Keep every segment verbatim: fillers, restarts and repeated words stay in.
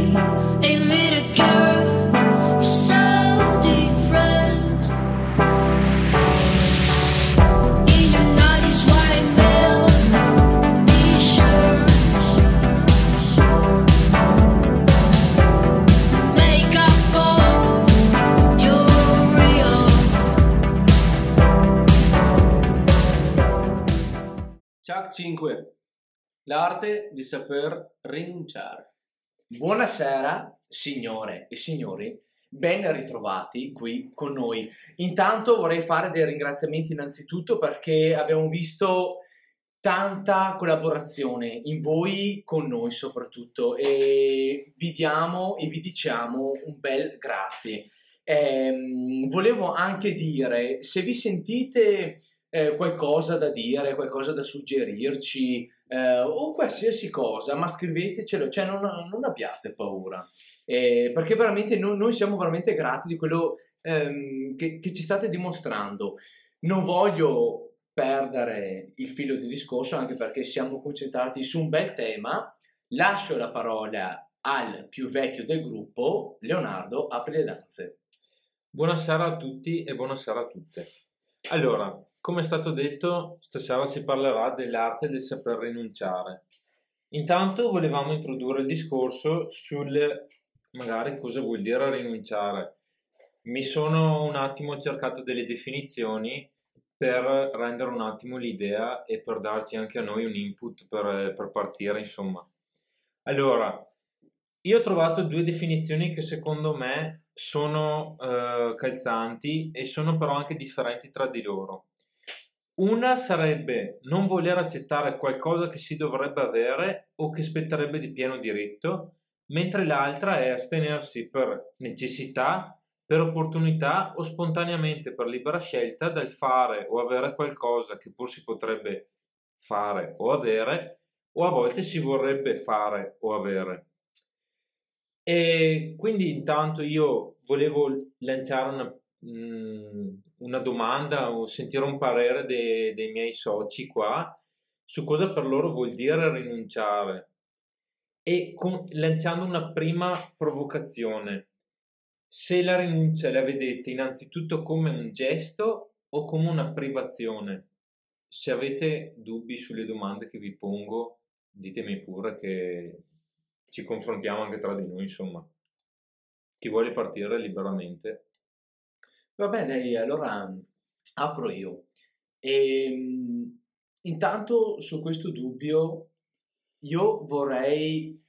Hey little girl, you're so different. In your nineties white milk t-shirt, makeup on, you're real. Ciao cinque. L'arte di saper rinunciare. Buonasera signore e signori, ben ritrovati qui con noi. Intanto vorrei fare dei ringraziamenti innanzitutto perché abbiamo visto tanta collaborazione in voi con noi soprattutto e vi diamo e vi diciamo un bel grazie. Ehm, volevo anche dire, se vi sentite eh, qualcosa da dire, qualcosa da suggerirci, eh, o qualsiasi cosa, ma scrivetecelo, cioè non, non abbiate paura, eh, perché veramente no- noi siamo veramente grati di quello ehm, che, che ci state dimostrando. Non voglio perdere il filo di discorso, anche perché siamo concentrati su un bel tema. Lascio la parola al più vecchio del gruppo, Leonardo, apri le danze. Buonasera a tutti e buonasera a tutte. Allora, come è stato detto, stasera si parlerà dell'arte del saper rinunciare. Intanto volevamo introdurre il discorso sul magari cosa vuol dire rinunciare. Mi sono un attimo cercato delle definizioni per rendere un attimo l'idea e per darci anche a noi un input per, per partire, insomma. Allora, io ho trovato due definizioni che secondo me sono eh, calzanti e sono però anche differenti tra di loro. Una sarebbe non voler accettare qualcosa che si dovrebbe avere o che spetterebbe di pieno diritto, mentre l'altra è astenersi per necessità, per opportunità o spontaneamente per libera scelta dal fare o avere qualcosa che pur si potrebbe fare o avere, o a volte si vorrebbe fare o avere. E quindi intanto io volevo lanciare una, mh, una domanda o sentire un parere dei, dei miei soci qua su cosa per loro vuol dire rinunciare e con- lanciando una prima provocazione. Se la rinuncia la vedete innanzitutto come un gesto o come una privazione? Se avete dubbi sulle domande che vi pongo, ditemi pure che ci confrontiamo anche tra di noi, insomma. Chi vuole partire liberamente? Va bene, allora apro io. Ehm, intanto su questo dubbio io vorrei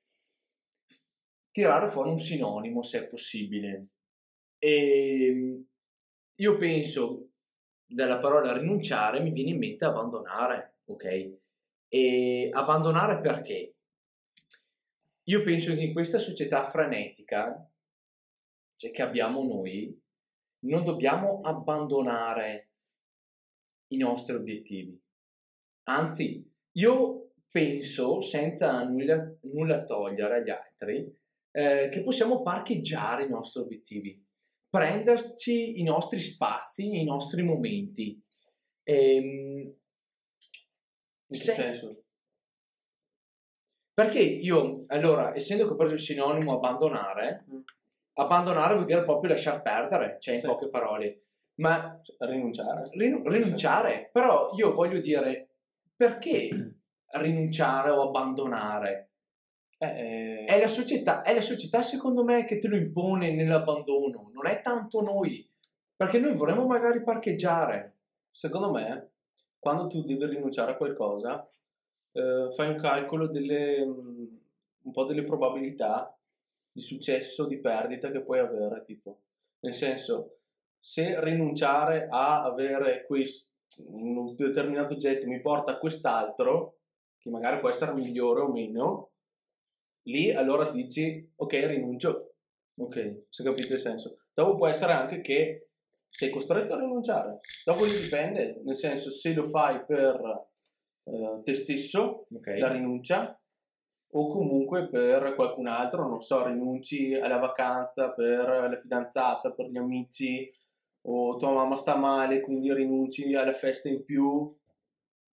tirare fuori un sinonimo, se è possibile. Ehm, io penso della parola rinunciare mi viene in mente abbandonare, ok? E abbandonare perché? Io penso che in questa società frenetica, cioè, che abbiamo noi, non dobbiamo abbandonare i nostri obiettivi. Anzi, io penso, senza nulla, nulla togliere agli altri, eh, che possiamo parcheggiare i nostri obiettivi, prenderci i nostri spazi, i nostri momenti. Ehm, In che se- senso? Perché io, allora, essendo che ho preso il sinonimo abbandonare, abbandonare vuol dire proprio lasciar perdere, cioè in Sì. poche parole. Ma Rinunciare. Rin- rinunciare, però io voglio dire, perché rinunciare o abbandonare? Eh, È la società, è la società secondo me che te lo impone nell'abbandono, non è tanto noi, perché noi vorremmo magari parcheggiare. secondo me, quando tu devi rinunciare a qualcosa, eh, fai un calcolo delle, mh, un po' delle probabilità di successo, di perdita che puoi avere, tipo. Nel senso, se rinunciare a avere questo, un determinato oggetto mi porta a quest'altro, che magari può essere migliore o meno, lì allora dici, ok, rinuncio. Ok, se capite il senso. Dopo può essere anche che sei costretto a rinunciare. Dopo lì dipende, nel senso, se lo fai per eh, te stesso, Ok. la rinuncia, o comunque per qualcun altro, non so, rinunci alla vacanza per la fidanzata, per gli amici, o tua mamma sta male, quindi rinunci alla festa in più.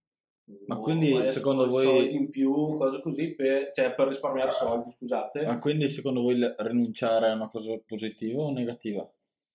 Ma No, quindi, adesso secondo voi- soldi in più, cose così, per, cioè per risparmiare soldi, scusate. Ma quindi secondo voi l- rinunciare è una cosa positiva o negativa?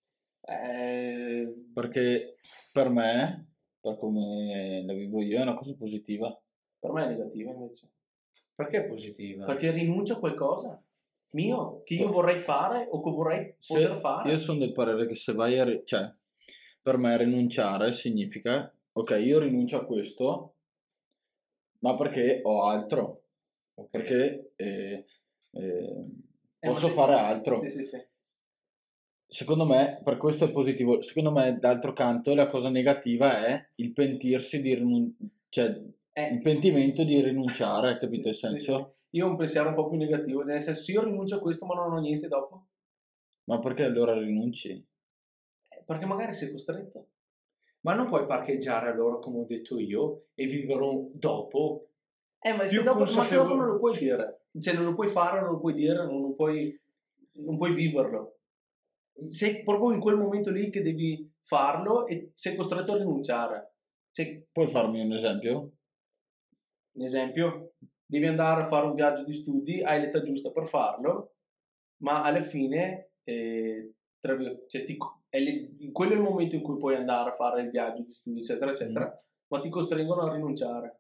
Eh, Perché per me, per come la vivo io, è una cosa positiva. per me è negativa invece. Perché è positiva? Perché rinuncio a qualcosa mio, che io vorrei fare o che vorrei Se- poter fare. io sono del parere che se vai a... ri- cioè, per me rinunciare significa, ok, io rinuncio a questo, ma perché ho altro, Ok. perché eh, eh, Eh, ma posso se- fare altro. Sì, sì, sì. Secondo me, per questo è positivo. Secondo me, d'altro canto, la cosa negativa è il pentirsi di rinunciare, cioè Eh, il pentimento di rinunciare, capito il sì, senso? sì, sì. Io ho un pensiero un po' più negativo, nel senso, se io rinuncio a questo ma non ho niente dopo, Ma perché allora rinunci? eh, perché magari sei costretto. Ma non puoi parcheggiare allora, come ho detto io, e vivere dopo? Eh, ma se, Più dopo, ma se consapevole- dopo non lo puoi dire, cioè non lo puoi fare, non lo puoi dire, non, lo puoi, non puoi viverlo. Sei proprio in quel momento lì che devi farlo e sei costretto a rinunciare. Cioè, Puoi farmi un esempio? un esempio, devi andare a fare un viaggio di studi, hai l'età giusta per farlo, ma alla fine eh, tra vir- cioè, ti- è lì- quello è il momento in cui puoi andare a fare il viaggio di studi, eccetera, eccetera, ma ti costringono a rinunciare.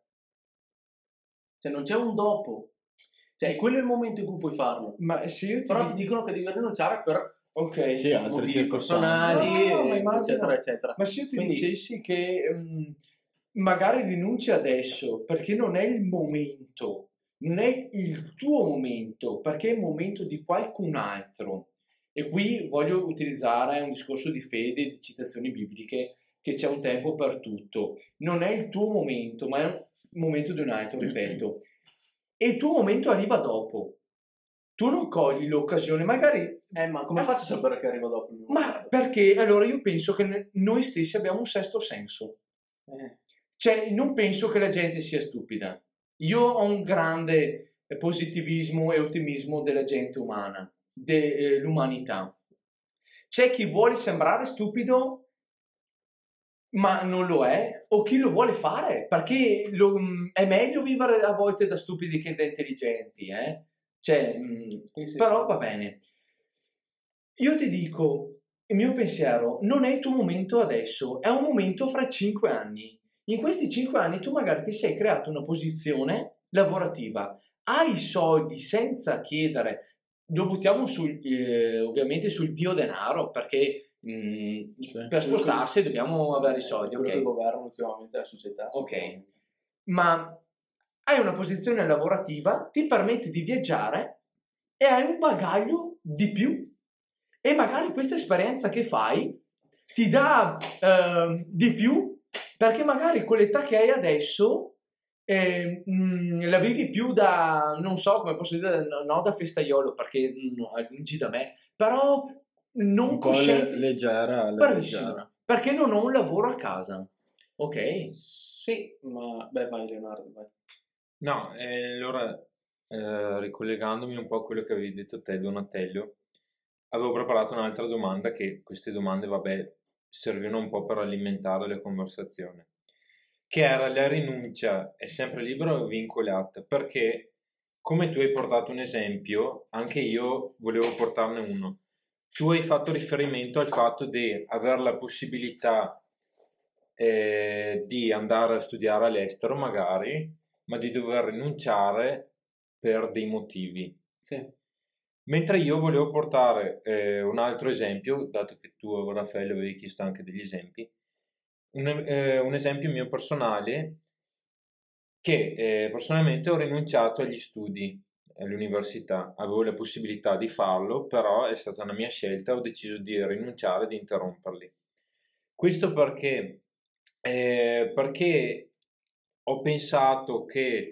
Cioè non c'è un dopo. Cioè, quello è il momento in cui puoi farlo. Ma se io ti Però ti dico... dicono che devi rinunciare per Ok, Sì, altre motivi circostanze. personali, No, ma eh, immagino- eccetera, eccetera. ma se io ti Quindi- dicessi che mm, magari rinunci adesso perché non è il momento, non è il tuo momento, perché è il momento di qualcun altro. E qui voglio utilizzare un discorso di fede e di citazioni bibliche, che c'è un tempo per tutto. Non è il tuo momento, ma è il momento di un altro, ripeto. E il tuo momento arriva dopo. Tu non cogli l'occasione, magari... Eh, ma come Ma- faccio a sapere che arriva dopo il mio Ma momento? perché allora io penso che ne- noi stessi abbiamo un sesto senso. Eh, Cioè, non penso che la gente sia stupida. Io ho un grande eh, positivismo e ottimismo della gente umana, dell'umanità. C'è chi vuole sembrare stupido, ma non lo è, o chi lo vuole fare, perché lo- mh, è meglio vivere a volte da stupidi che da intelligenti, eh? Cioè, mh, sì, sì, però sì. va bene. Io ti dico, il mio pensiero non è il tuo momento adesso, è un momento fra cinque anni. In questi cinque anni tu magari ti sei creato una posizione lavorativa, hai i soldi senza chiedere, lo buttiamo sul, eh, ovviamente sul dio denaro, perché mh, Sì. per spostarsi dobbiamo avere i soldi, Quello che ok? governa ultimamente la società. Ok. Ma hai una posizione lavorativa, ti permette di viaggiare e hai un bagaglio di più. E magari questa esperienza che fai ti dà ehm, di più, perché magari quell'età che hai adesso eh, mh, la vivi più da, non so come posso dire, no, no da festaiolo, perché no, è lungi da me, però non Un po' le- cosciente, leggera, bravissimo, leggera. perché non ho un lavoro a casa. Ok? Sì, ma beh, vai Leonardo, vai. No, eh, allora eh, ricollegandomi un po' a quello che avevi detto te, Donatello, avevo preparato un'altra domanda che queste domande, vabbè, servivano un po' per alimentare la conversazione, che era: la rinuncia è sempre libera o vincolata? Perché, come tu hai portato un esempio, anche io volevo portarne uno. Tu hai fatto riferimento al fatto di avere la possibilità eh, di andare a studiare all'estero magari, ma di dover rinunciare per dei motivi. Sì. Mentre io volevo portare eh, un altro esempio, dato che tu, Raffaele, avevi chiesto anche degli esempi, un, eh, un esempio mio personale, che eh, personalmente ho rinunciato agli studi all'università, avevo la possibilità di farlo, però è stata una mia scelta, ho deciso di rinunciare, di interromperli. Questo perché, eh, perché ho pensato che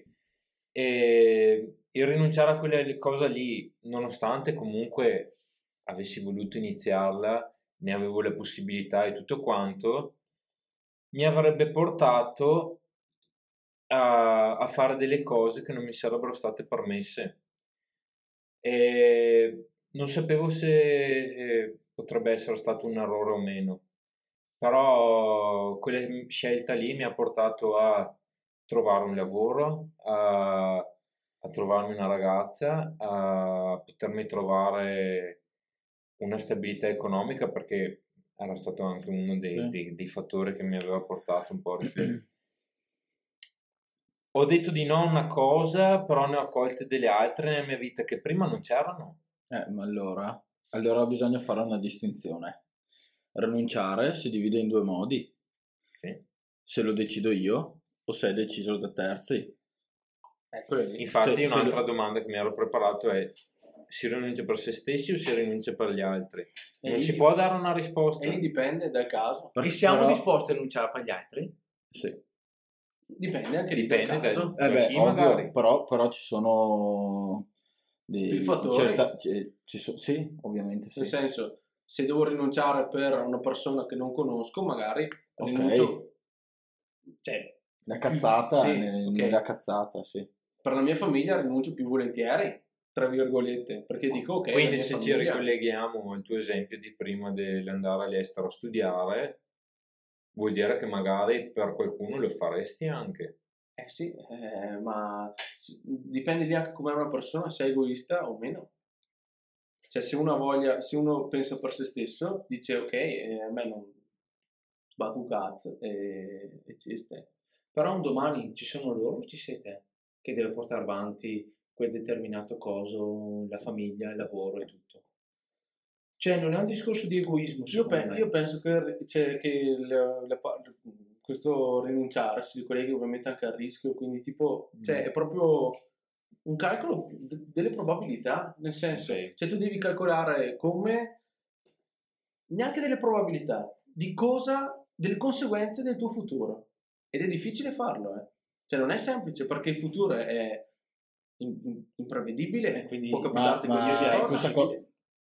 eh, il rinunciare a quella cosa lì, nonostante comunque avessi voluto iniziarla, ne avevo la possibilità e tutto quanto, mi avrebbe portato a, a fare delle cose che non mi sarebbero state permesse. E non sapevo se eh, potrebbe essere stato un errore o meno, però quella scelta lì mi ha portato a trovare un lavoro, a, a trovarmi una ragazza, a potermi trovare una stabilità economica, perché era stato anche uno dei, Sì. dei- dei fattori che mi aveva portato un po' a riflettere. Ho detto di no a una cosa, però ne ho accolte delle altre nella mia vita che prima non c'erano. Eh, ma allora, allora bisogna fare una distinzione. Rinunciare si divide in due modi. Sì. Se lo decido io o se è deciso da terzi. Ecco lì. Infatti Se- se un'altra lo- domanda che mi ero preparato è: si rinuncia per se stessi o si rinuncia per gli altri? E Non lì- si può dare una risposta. E lì dipende dal caso. E siamo Però- disposti a rinunciare per gli altri? Sì. Dipende anche lì Dipende dal caso. dal- Eh beh, chi ovvio, magari? però, però ci sono dei, Più fattori. certa- ci- ci so- sì, ovviamente sì. Nel senso, se devo rinunciare per una persona che non conosco, magari Ok. rinuncio. Cioè, La cazzata, Sì, ne- ok. nella cazzata, sì. per la mia famiglia rinuncio più volentieri, tra virgolette, perché dico ok. la Quindi mia se ci famiglia- ricolleghiamo al tuo esempio di prima dell'andare all'estero a studiare, vuol dire che magari per qualcuno lo faresti anche. Eh sì, eh, ma s- dipende lì anche come è una persona, se è egoista o meno. Cioè, se uno ha voglia, se uno pensa per se stesso, dice ok, eh, a me non sbatto un cazzo e, e ci stai. Però un domani ci sono loro, ci sei te, che deve portare avanti quel determinato coso, la famiglia, il lavoro e tutto. Cioè non è un discorso di egoismo, Io, secondo pe- me. io penso che, cioè, che la- la pa- questo rinunciare si ricolleghi ovviamente anche al rischio, quindi tipo, cioè, Mm. è proprio un calcolo d- delle probabilità, nel senso, Sì. cioè tu devi calcolare come neanche delle probabilità, di cosa, delle conseguenze del tuo futuro. Ed è difficile farlo, eh. Cioè non è semplice perché il futuro è in- in- imprevedibile, E quindi- può capitarti ma- qualsiasi ma cosa. questa co-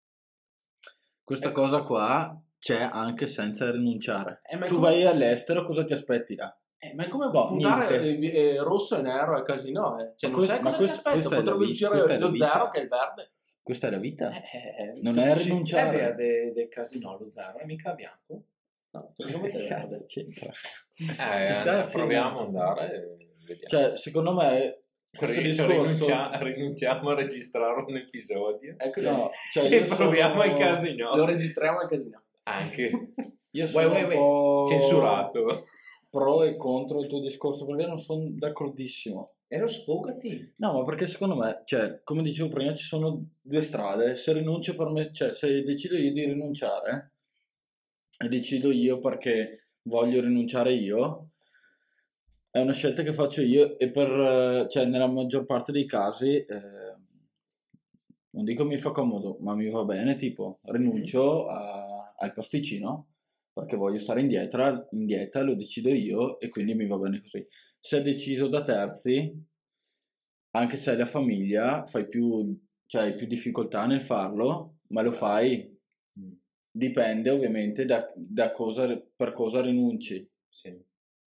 Questa cosa qua c'è anche senza rinunciare. Eh, ma è Tu come- vai all'estero, cosa ti aspetti là? Eh, ma è come Boh, puntare niente. eh, eh, rosso e nero al casino, eh. Cioè, Ma non questo- sai ma cosa questo- ti aspetta, questa è la potrebbe vi- uscire questa è la lo vita. zero che è il verde. Questa è la vita. Eh, Non tutti è si- rinunciare. Eh beh, de- del casino, lo zero, è mica bianco. No, secondo me è Cazzo verde. c'entra? Eh, Ci sta, sì, proviamo ci ad sta. andare e vediamo. Cioè, secondo me questo Ri- discorso rinuncia- rinunciamo a registrare un episodio Ecco, no, cioè e io proviamo sono- il casino. lo registriamo al casino. Anche Io sono Uè, uè, un uè. po' censurato. pro e contro il tuo discorso perché non sono d'accordissimo. E lo sfogati. No, ma perché secondo me, cioè, come dicevo prima, ci sono due strade. Se rinuncio per me, cioè, se decido io di rinunciare e decido io perché voglio rinunciare io, è una scelta che faccio io e per, eh, cioè, nella maggior parte dei casi, eh, non dico mi fa comodo, ma mi va bene, tipo, rinuncio a- al pasticcino perché voglio stare in dieta, in dieta, lo decido io e quindi mi va bene così. Se è deciso da terzi, anche se è la famiglia, fai più, cioè, hai più difficoltà nel farlo, ma lo fai. Dipende ovviamente da, da cosa, per cosa rinunci. Sì.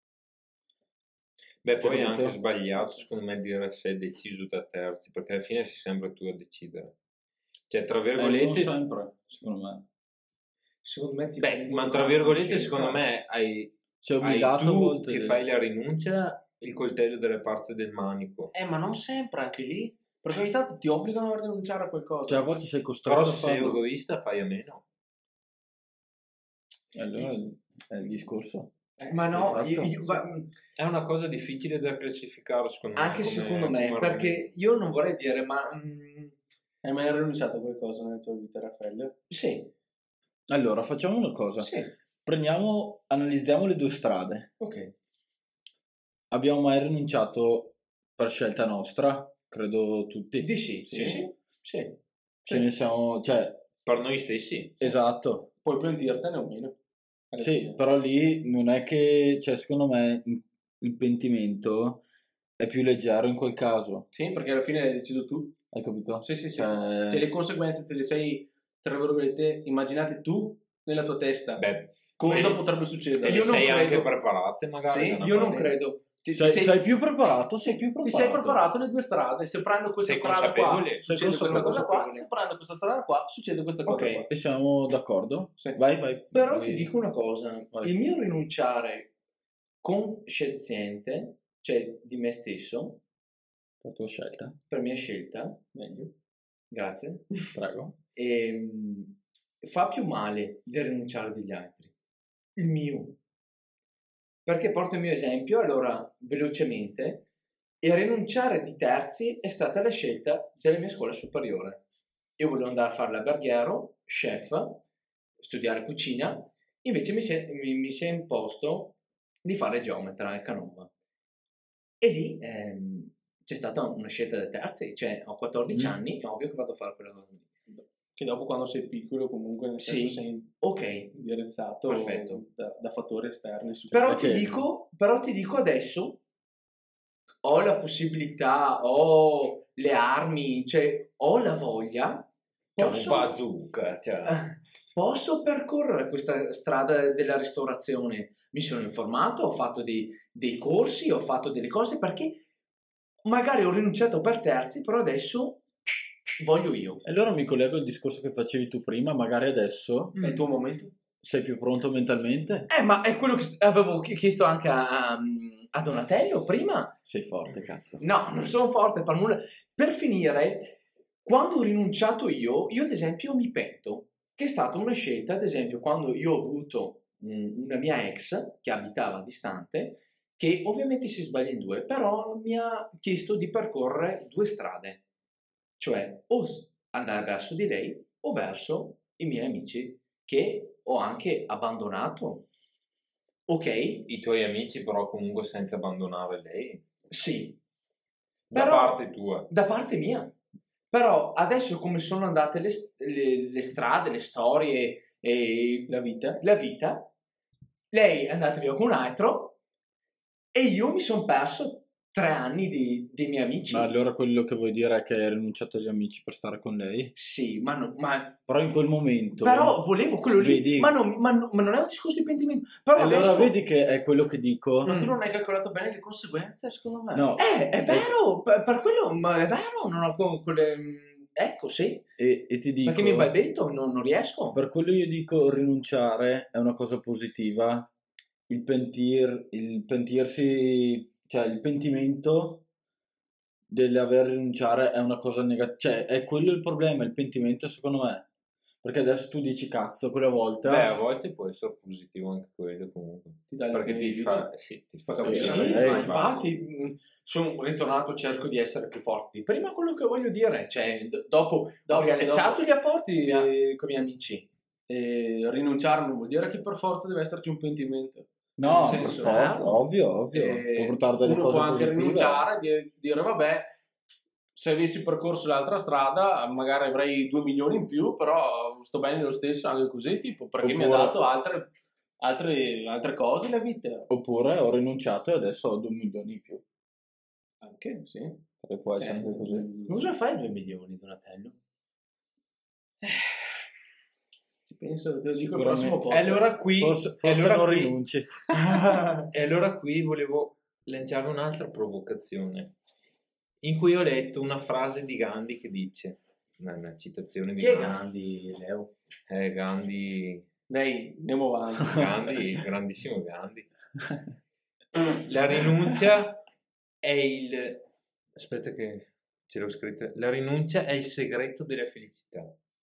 Beh, poi è Capito? anche sbagliato secondo me dire se è deciso da terzi, perché alla fine sei sempre tu a decidere. Cioè, tra Eh, non virgolette, sempre, secondo me. Secondo me ti beh, ma tra virgolette, secondo me hai, Sei hai obbligato a tu volte. che fai la rinuncia il coltello dalla parte del manico. Eh, ma non sempre anche lì, perché ogni tanto ti obbligano a rinunciare a qualcosa. Cioè, a volte sei costretto Però a se sei farlo. egoista fai a meno. E allora è il, è il discorso. Ma no, Esatto. io- io- ma- È una cosa difficile da classificare secondo me. anche come- secondo me, come perché io non vorrei dire, ma mm, Hai mai rinunciato a qualcosa nella tua vita, Raffaele? sì, Allora, facciamo una cosa. sì, Prendiamo, analizziamo le due strade. ok. Abbiamo mai rinunciato per scelta nostra? Credo tutti. Di sì, sì, Sì. sì, sì. Ce ne siamo, cioè, per noi stessi. esatto. Puoi pentirtene o meno. Alla Sì, fine. però lì non è che, cioè, secondo me il pentimento è più leggero in quel caso. Sì, perché alla fine hai deciso tu. Hai capito? Sì, sì, sì. Cioè, Cioè, le conseguenze te le sei, tra virgolette, immaginate tu nella tua testa. Beh, Cosa te- potrebbe te succedere? le Io non sei credo- anche preparate magari. Sì, da una Io non parte. credo. Ti, sei, ti sei, sei più preparato? Sei più ti preparato. sei preparato le due strade. Se prendo questa Sei strada qua, consapevole? Sei succede questa cosa qua. consapevole. Se prendo questa strada qua, succede questa cosa Ok. qua. E siamo d'accordo? Sì. Vai, vai. Però vai. ti dico una cosa, Vai. il mio rinunciare conscienziente, cioè di me stesso, La tua scelta. per mia scelta, Meglio. grazie, Prego. e, fa più male di rinunciare degli altri. Il mio. Perché porto il mio esempio, allora, velocemente, e rinunciare di terzi è stata la scelta della mia scuola superiore. Io volevo andare a fare l'alberghiero, chef, studiare cucina, invece mi si è, mi, mi si è imposto di fare geometra e canova. E lì ehm, c'è stata una scelta dei terzi, cioè ho quattordici Mm. anni, è ovvio che vado a fare quella cosa lì. Che dopo quando sei piccolo comunque nel Sì. senso sei Ok, indirizzato Perfetto. da, da fattori esterni. però Perché- ti dico, però ti dico adesso ho la possibilità, ho le armi, cioè ho la voglia, C'è un posso, bazooka, cioè. eh, posso percorrere questa strada della ristorazione. Mi sono informato, ho fatto dei, dei corsi, ho fatto delle cose perché magari ho rinunciato per terzi, però adesso voglio io. E allora mi collego al discorso che facevi tu prima, magari adesso È il tuo momento? sei più pronto mentalmente? Eh, ma è quello che s- avevo ch- chiesto anche a, a- a Donatello prima. Sei forte, cazzo. No, non sono forte per nulla. Per finire, quando ho rinunciato io, io ad esempio mi pento, che è stata una scelta, ad esempio, quando io ho avuto mm, una mia ex che abitava distante, che ovviamente si sbaglia in due, però mi ha chiesto di percorrere due strade, cioè o s- andare verso di lei o verso i miei amici che ho anche abbandonato. Ok, I tuoi amici però comunque senza abbandonare lei. sì, Da Però- parte tua. da parte mia. Però adesso come sono andate le, le- le strade, le storie e La vita? la vita, lei è andata via con un altro e io mi sono perso tre anni di- dei miei amici. Ma allora quello che vuoi dire è che hai rinunciato agli amici per stare con lei? Sì, ma, no- ma Però in quel momento... però volevo quello lì, Vedi- ma, non, ma, no- ma non è un discorso di pentimento. Però allora adesso vedi che è quello che dico? Ma tu Mm. non hai calcolato bene le conseguenze, secondo me. No, Eh, è vero, per, per quello, ma è vero, non ho que- quelle... Ecco, sì, e, e ti dico... perché mi balbetto, non, non riesco. Per quello io dico rinunciare è una cosa positiva. Il pentir, il pentirsi, cioè il pentimento dell'aver rinunciare è una cosa negativa. Cioè è quello il problema, il pentimento secondo me. Perché adesso tu dici cazzo, quella volta... Beh, a volte può essere positivo anche quello comunque. Ti dà Perché lezioni ti di fa, vita. sì, ti Fa fa capire. Sì, Sì, ma eh, infatti mh, sono ritornato, cerco di essere più forte di prima. Quello che voglio dire, cioè, d- dopo ho Dopo- riallacciato dopo- gli apporti Yeah. eh, con i miei amici. E rinunciare non vuol dire che per forza deve esserci un pentimento. No, Nel per senso, forza, eh, ovvio, ovvio. E Può portare delle uno cose può anche positive. rinunciare e dire vabbè, se avessi percorso l'altra strada magari avrei due milioni in più, però sto bene lo stesso anche così, tipo, perché mi ha Oppure- dato altre, altre, altre cose la vita. Oppure ho rinunciato e adesso ho due milioni in più. Anche, sì. Perché può essere Eh, anche così. Cosa fai due milioni, Donatello? Ci penso, te lo dico il Sicuramente. prossimo E podcast. allora qui, Forse, e forse allora non qui- rinunci. e allora qui volevo lanciare un'altra provocazione in cui ho letto una frase di Gandhi che dice, una, una citazione di Chi è Gandhi. Gandhi, Leo? Eh, Gandhi, Dai, andiamo avanti. Gandhi, il grandissimo Gandhi. La rinuncia è il... Aspetta che ce l'ho scritto. La rinuncia è il segreto della felicità.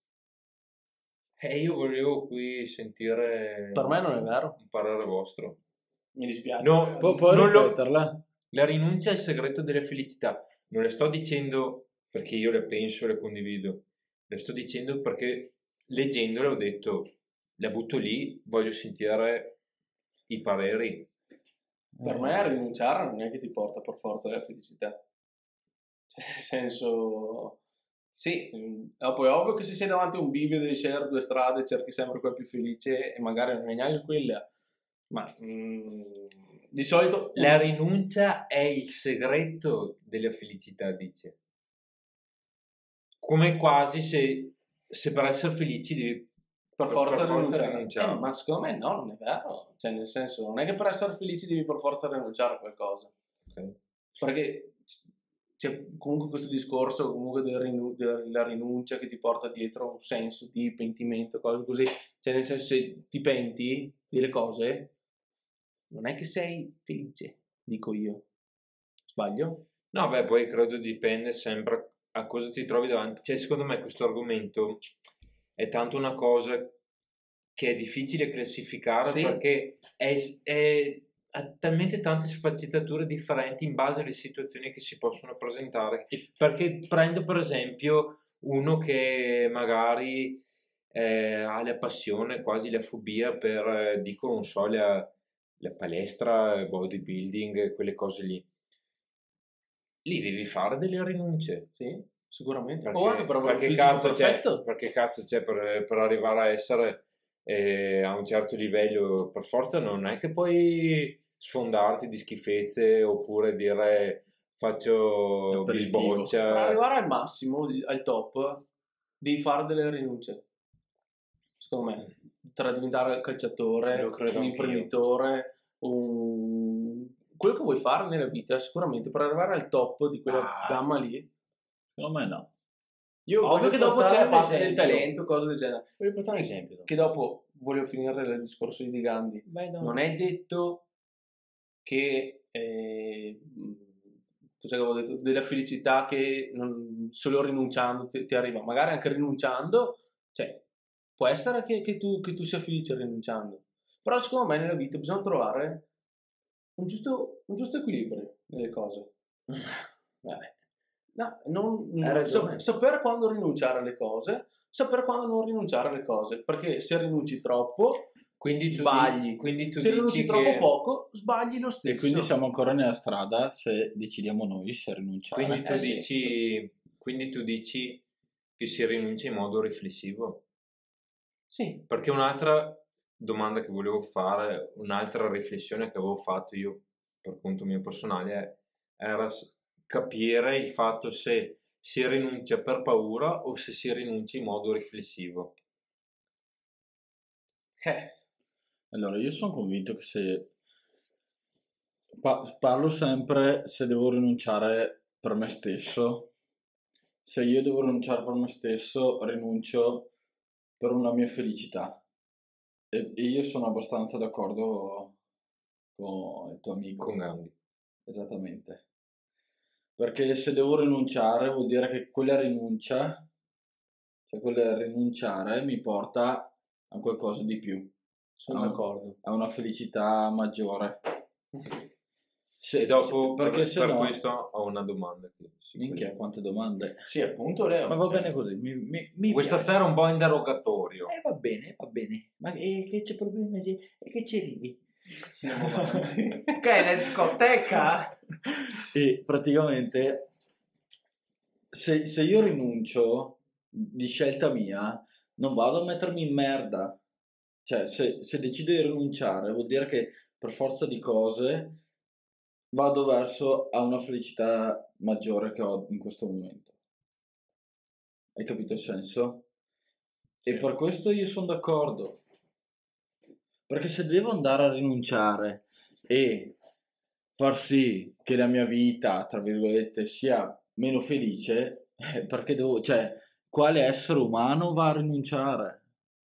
E io volevo qui sentire Per me non è vero, un parere vostro. mi dispiace. No, Pu- puoi non lo- ripeterla? La rinuncia è il segreto della felicità. Non le sto dicendo perché io le penso e le condivido. Le sto dicendo perché leggendole ho detto, la butto lì, voglio sentire i pareri. Per me rinunciare non è che ti porta per forza alla felicità. Cioè, nel senso, sì, mh, dopo è ovvio che se sei davanti a un bivio devi scegliere due strade, cerchi sempre quella più felice e magari non è neanche quella. Ma mh, di solito La rinuncia è il segreto della felicità, dice. Come quasi se, se per essere felici devi per forza, per forza rinunciare. rinunciare. Eh, ma secondo me no, non è vero. Cioè, nel senso, non è che per essere felici devi per forza rinunciare a qualcosa. Ok. Perché c'è comunque questo discorso comunque del rinu- della rinuncia che ti porta dietro un senso di pentimento, cose così. Cioè, nel senso, se ti penti delle cose, non è che sei felice, dico io. Sbaglio? No, beh, poi credo dipende sempre a cosa ti trovi davanti. Cioè, secondo me questo argomento è tanto una cosa che è difficile classificare Sì. perché è, è- ha talmente tante sfaccettature differenti in base alle situazioni che si possono presentare. Perché prendo per esempio uno che magari eh, ha la passione, quasi la fobia per, eh, dico, non so, la, la palestra, bodybuilding, quelle cose lì. Lì devi fare delle rinunce. Sì, sicuramente. Perché, o anche per avere un perché fisico cazzo c'è, perfetto. perché cazzo c'è per, per arrivare a essere eh, a un certo livello, per forza non è che puoi sfondarti di schifezze oppure dire faccio Aperitivo. Per bisboccia. arrivare al massimo, al top, devi fare delle rinunce. Secondo me, tra diventare calciatore, Lo credo un anch'io. imprenditore, un... quello che vuoi fare nella vita, sicuramente per arrivare al top di quella Ah. gamma lì. Secondo me no. Io Ovvio voglio che dopo portare c'è la un parte del esempio. talento, cose del genere. Voglio portare un esempio. Che dopo, voglio finire il discorso di Gandhi. Beh, no. Non è detto che eh, mh, cos'è che avevo detto? Della felicità che non- solo rinunciando ti, ti arriva, magari anche rinunciando, cioè può essere che, che tu, che tu sia felice rinunciando, però secondo me nella vita bisogna trovare un giusto, un giusto equilibrio nelle cose. Vabbè. No, non, Hai non- ragione. sa- sapere quando rinunciare alle cose, sapere quando non rinunciare alle cose, perché se rinunci troppo Quindi tu, sbagli. di- quindi tu se rinunci dici troppo che, poco, sbagli lo stesso. E quindi siamo ancora nella strada se decidiamo noi se rinunciare. quindi tu Eh, sì. dici quindi tu dici che si rinuncia in modo riflessivo. Sì, Perché un'altra domanda che volevo fare, un'altra riflessione che avevo fatto io per conto mio personale è- era s- capire il fatto se si rinuncia per paura o se si rinuncia in modo riflessivo. eh, Allora, io sono convinto che se pa- parlo sempre se devo rinunciare per me stesso, se io devo rinunciare per me stesso, rinuncio per una mia felicità. E, e io sono abbastanza d'accordo con il tuo amico. Con Gandhi. Esattamente. Perché se devo rinunciare vuol dire che quella rinuncia, cioè quel rinunciare mi porta a qualcosa di più, sono Ah. d'accordo. a una felicità maggiore. Se- E dopo, se- perché per, se per no, questo ho una domanda. qui. minchia, quante domande. Sì, appunto, Leo. Ma va cioè- bene così, mi, mi, mi Questa piace. sera è un po' interrogatorio. Eh, va bene, va bene. Ma e che c'è problema? E che ci ridi? Ok, la discoteca. E praticamente se, se io rinuncio di scelta mia, non vado a mettermi in merda. Cioè, se, se decido di rinunciare, vuol dire che per forza di cose vado verso a una felicità maggiore che ho in questo momento. Hai capito il senso? E Sì. per questo io sono d'accordo. Perché se devo andare a rinunciare e far sì che la mia vita, tra virgolette, sia meno felice, eh, perché devo, cioè, quale essere umano va a rinunciare?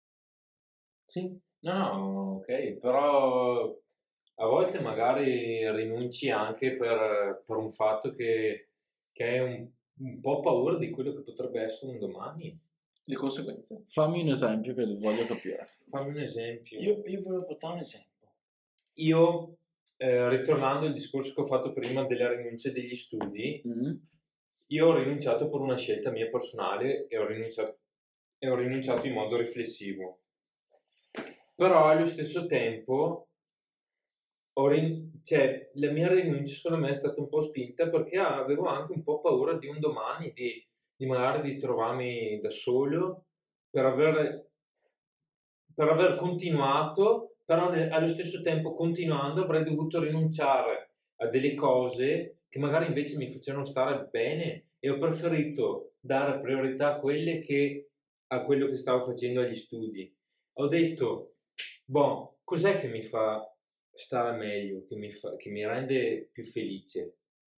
Sì, No, no, ok, però a volte magari rinunci anche per, per un fatto che, che hai un, un po' paura di quello che potrebbe essere un domani. le conseguenze. Fammi un esempio che voglio capire. Fammi un esempio. Io, io volevo portare un esempio. Io, eh, ritornando al discorso che ho fatto prima della rinuncia degli studi, Mm? io ho rinunciato per una scelta mia personale e ho rinunciato, e ho rinunciato in modo riflessivo. Però allo stesso tempo, ho rin- cioè, la mia rinuncia secondo me è stata un po' spinta perché avevo anche un po' paura di un domani, di, di magari di trovarmi da solo, per aver, per aver continuato, però ne- allo stesso tempo continuando avrei dovuto rinunciare a delle cose che magari invece mi facevano stare bene e ho preferito dare priorità a quelle che a quello che stavo facendo agli studi. Ho detto, boh, cos'è che mi fa stare meglio, che mi, fa, che mi rende più felice?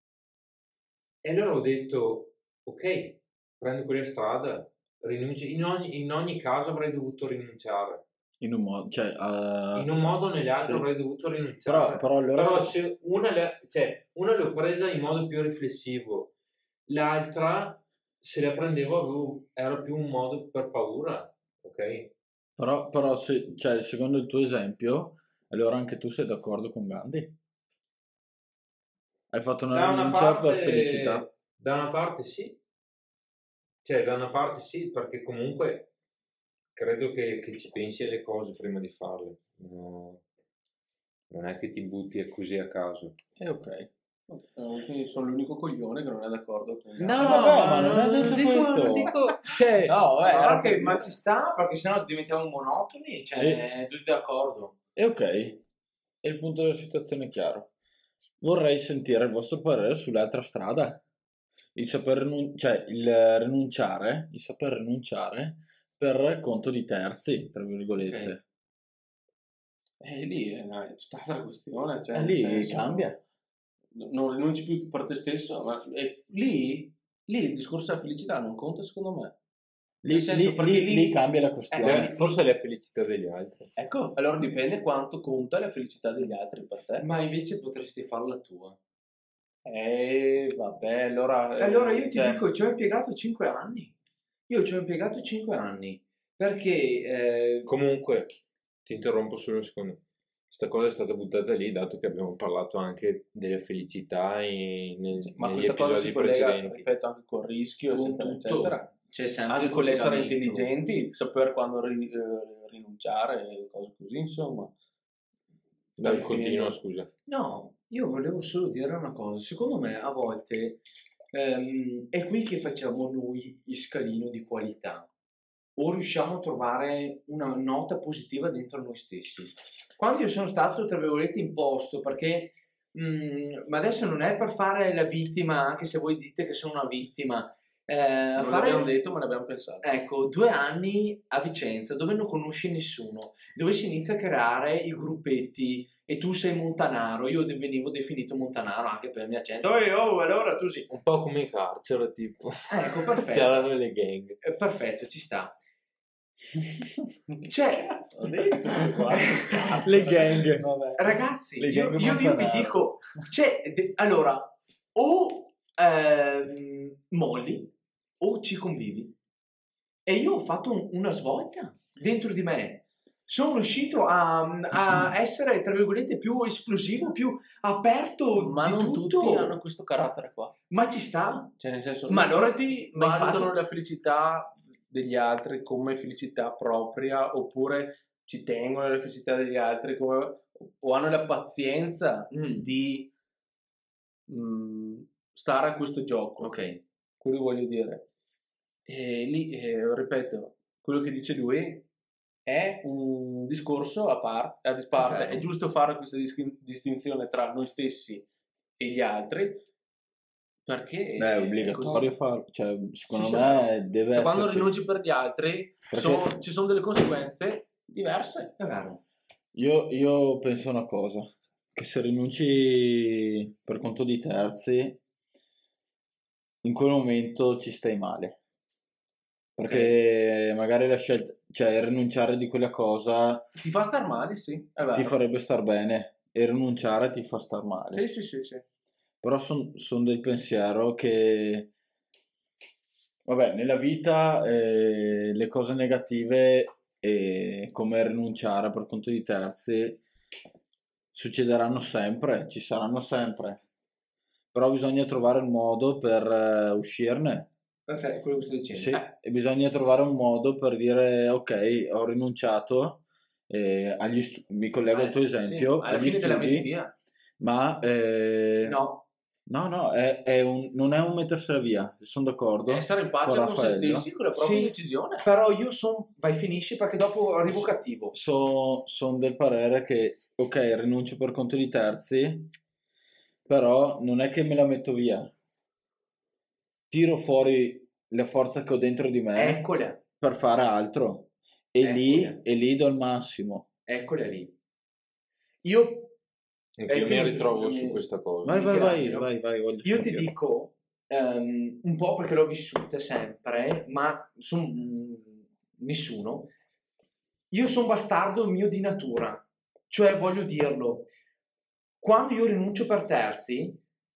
E allora ho detto, ok, prendo quella strada, rinuncio. In ogni, in ogni caso avrei dovuto rinunciare. In un modo, cioè, uh, In un modo o nell'altro sì. avrei dovuto rinunciare. Però, però allora Però se- se una, le- cioè, una l'ho presa in modo più riflessivo, l'altra se la prendevo avevo- era più un modo per paura, ok? però, però se, cioè, secondo il tuo esempio, allora anche tu sei d'accordo con Gandhi? Hai fatto una Da una rinuncia parte, per felicità? da una parte sì, cioè da una parte sì, perché comunque credo che, che ci pensi alle cose prima di farle. No, non è che ti butti così a caso. Eh, ok. Eh, quindi sono l'unico coglione che non è d'accordo con No, vabbè, ma non è detto dico, questo. non dico, cioè, No, vabbè, guarda era che- per ma dire. ci sta, perché sennò diventiamo monotoni, cioè, tutti d'accordo. E ok, e il punto della situazione è chiaro. Vorrei sentire il vostro parere sull'altra strada. Il saper rinun- cioè il rinunciare, il saper rinunciare per conto di terzi, tra virgolette. Ok. E lì è una- è tutt'altra questione. Cioè, E nel lì senso, cambia. non rinunci più per te stesso, ma e lì, lì il discorso della felicità non conta secondo me. Lì, Nel senso, lì- perché lì- lì- lì cambia la Eh, questione. Beh, forse è la felicità degli altri. Ecco, allora dipende quanto conta la felicità degli altri per te. Ma invece potresti farla tua. Eh, vabbè, allora... eh, Allora io ti cioè, dico, ci ho impiegato cinque anni. Io ci ho impiegato cinque anni. Perché... eh, Comunque, ti interrompo solo un secondo. Questa cosa è stata buttata lì, dato che abbiamo parlato anche delle felicità in, nel- ma negli questa cosa episodi si collega, precedenti. ripeto, anche col rischio, Con eccetera, tutto. eccetera. c'è sempre Anche un con l'essere collegamento. intelligenti, saper quando ri- eh, rinunciare e cose così, insomma. Dai, Stai continua, finendo. scusa. No, io volevo solo dire una cosa. Secondo me a volte ehm, è qui che facciamo noi il scalino di qualità. O riusciamo a trovare una nota positiva dentro noi stessi. Quando io sono stato, tra virgolette, imposto, perché mm, ma adesso non è per fare la vittima, anche se voi dite che sono una vittima, eh, a Non fare l'abbiamo detto, ma ne abbiamo pensato. Ecco, due anni a Vicenza dove non conosci nessuno, dove si inizia a creare i gruppetti e tu sei montanaro, io de- venivo definito montanaro anche per il mio accento, oh, oh, allora tu sì. Un po' come in carcere, tipo. Ecco, perfetto, C'erano le gang. Eh, perfetto, ci sta. Cioè, Ho detto sto qua. Le gang. Vabbè. ragazzi, Le io, gang io vi- vi montanaro. dico, cioè, de- allora, o ehm, molli o ci convivi. E io ho fatto un- una svolta dentro di me. Sono riuscito a, a essere, tra virgolette, più esplosivo, più aperto Ma di non tutto. tutti hanno questo carattere qua. Ma ci sta? Cioè, nel senso, Ma non allora tutti ma hai valutano fatto- la felicità degli altri come felicità propria, oppure ci tengono alla felicità degli altri come, o hanno la pazienza Mm. di mm, stare a questo gioco. Ok. Quello voglio dire. E lì, eh, ripeto, quello che dice lui è un discorso a parte, a disparte. Fermo. È giusto fare questa dis- distinzione tra noi stessi e gli altri, perché Beh, è obbligatorio farlo. Cioè, secondo Sì, sì, me deve cioè, quando esserci. rinunci per gli altri Perché- sono- ci sono delle conseguenze diverse. È vero. Io, io penso una cosa, che se rinunci per conto di terzi, in quel momento ci stai male. Perché magari la scelta, cioè rinunciare di quella cosa Ti fa star male, sì, è vero. ti farebbe star bene e rinunciare ti fa star male. Sì, sì, sì, sì. Però sono del pensiero che, vabbè, nella vita eh, le cose negative, eh, come rinunciare per conto di terzi, succederanno sempre, ci saranno sempre. Però bisogna trovare il modo per eh, uscirne. Perfetto, quello che sto dicendo. Sì, Eh, e bisogna trovare un modo per dire ok, ho rinunciato, eh, agli stu- mi collego al tuo Eh, esempio, sì, alla agli fine te la metti studi, via. ma eh, no, no, no, è, è un, non è un mettersela via, sono d'accordo. È essere in pace con con se Raffaello. stessi, con la propria Sì. decisione. però io sono... Vai, finisci perché dopo arrivo cattivo. Sono del parere che ok, rinuncio per conto di terzi, però non è che me la metto via. Tiro fuori la forza che ho dentro di me Eccola, per fare altro e Eccola. lì, e lì do il massimo. eccola lì. Io Anche Hai io mi finito, ritrovo scusami. su questa cosa. Vai, vai, vai, Michelangelo. vai, vai, voglio Io ti sentire. dico ehm, un po' perché l'ho vissuta sempre, ma su, mm, nessuno. io sono bastardo mio di natura, cioè voglio dirlo, quando io rinuncio per terzi,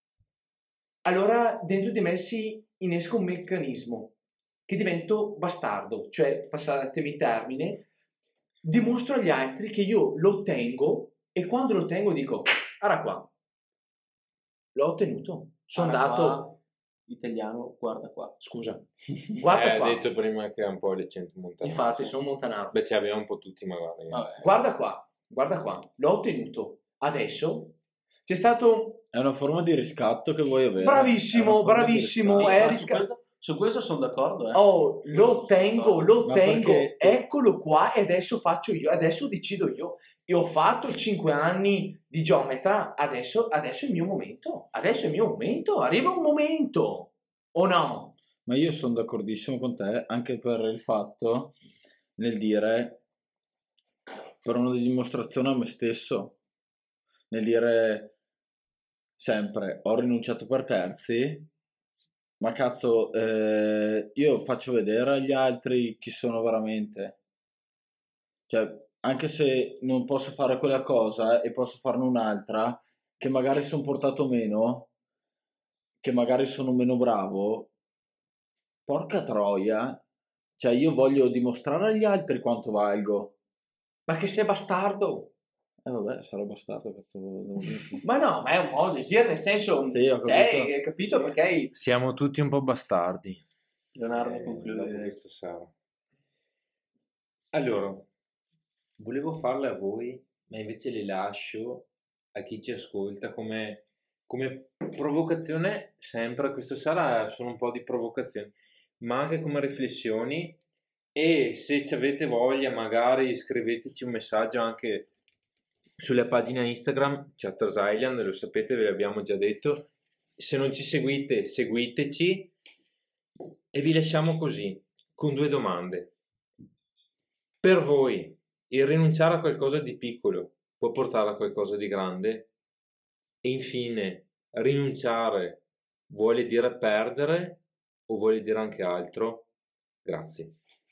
allora dentro di me si innesca un meccanismo che divento bastardo, cioè, passatemi il termine, dimostro agli altri che io lo ottengo e quando lo ottengo dico, guarda qua, l'ho ottenuto, sono Guarda andato, qua, italiano, guarda qua. scusa, guarda Eh, qua, ha detto prima che ha un po' l'accento montano. infatti sono montanaro, Beh, ce l'abbiamo un po' tutti magari. Vabbè. guarda qua, guarda qua, l'ho ottenuto, adesso c'è stato, È una forma di riscatto che vuoi avere. bravissimo, È una forma di bravissimo, riscatto. è Ma risca- su, questo, su questo sono d'accordo, eh. oh, lo ottengo, lo Ma ottengo, perché- eccolo qua e adesso faccio io, adesso decido io. Io ho fatto cinque anni di geometra, adesso, adesso è il mio momento, adesso è il mio momento, arriva un momento, o no? Ma io sono d'accordissimo con te anche per il fatto nel dire, per una dimostrazione a me stesso, nel dire sempre ho rinunciato per terzi, ma cazzo, eh, io faccio vedere agli altri chi sono veramente. Cioè, anche se non posso fare quella cosa e posso farne un'altra, che magari sono portato meno, che magari sono meno bravo, porca troia, cioè io voglio dimostrare agli altri quanto valgo. Ma che sei bastardo? Eh vabbè, sarò bastardo, cazzo devo dirti. Ma no, ma è un modo di dire, nel senso, Sì, ho capito. sei, hai capito perché Siamo tutti un po' bastardi. Leonardo Eh, conclude. dopo questa sera. Allora, volevo farle a voi, ma invece le lascio a chi ci ascolta come, come provocazione. Sempre questa sera sono un po' di provocazioni, ma anche come riflessioni. E se ci avete voglia, magari scriveteci un messaggio anche sulla pagina Instagram Chatters Island, lo sapete, ve l'abbiamo già detto. Se non ci seguite, seguiteci. E vi lasciamo così, con due domande. Per voi, il rinunciare a qualcosa di piccolo può portare a qualcosa di grande? E infine, rinunciare vuole dire perdere o vuole dire anche altro? Grazie.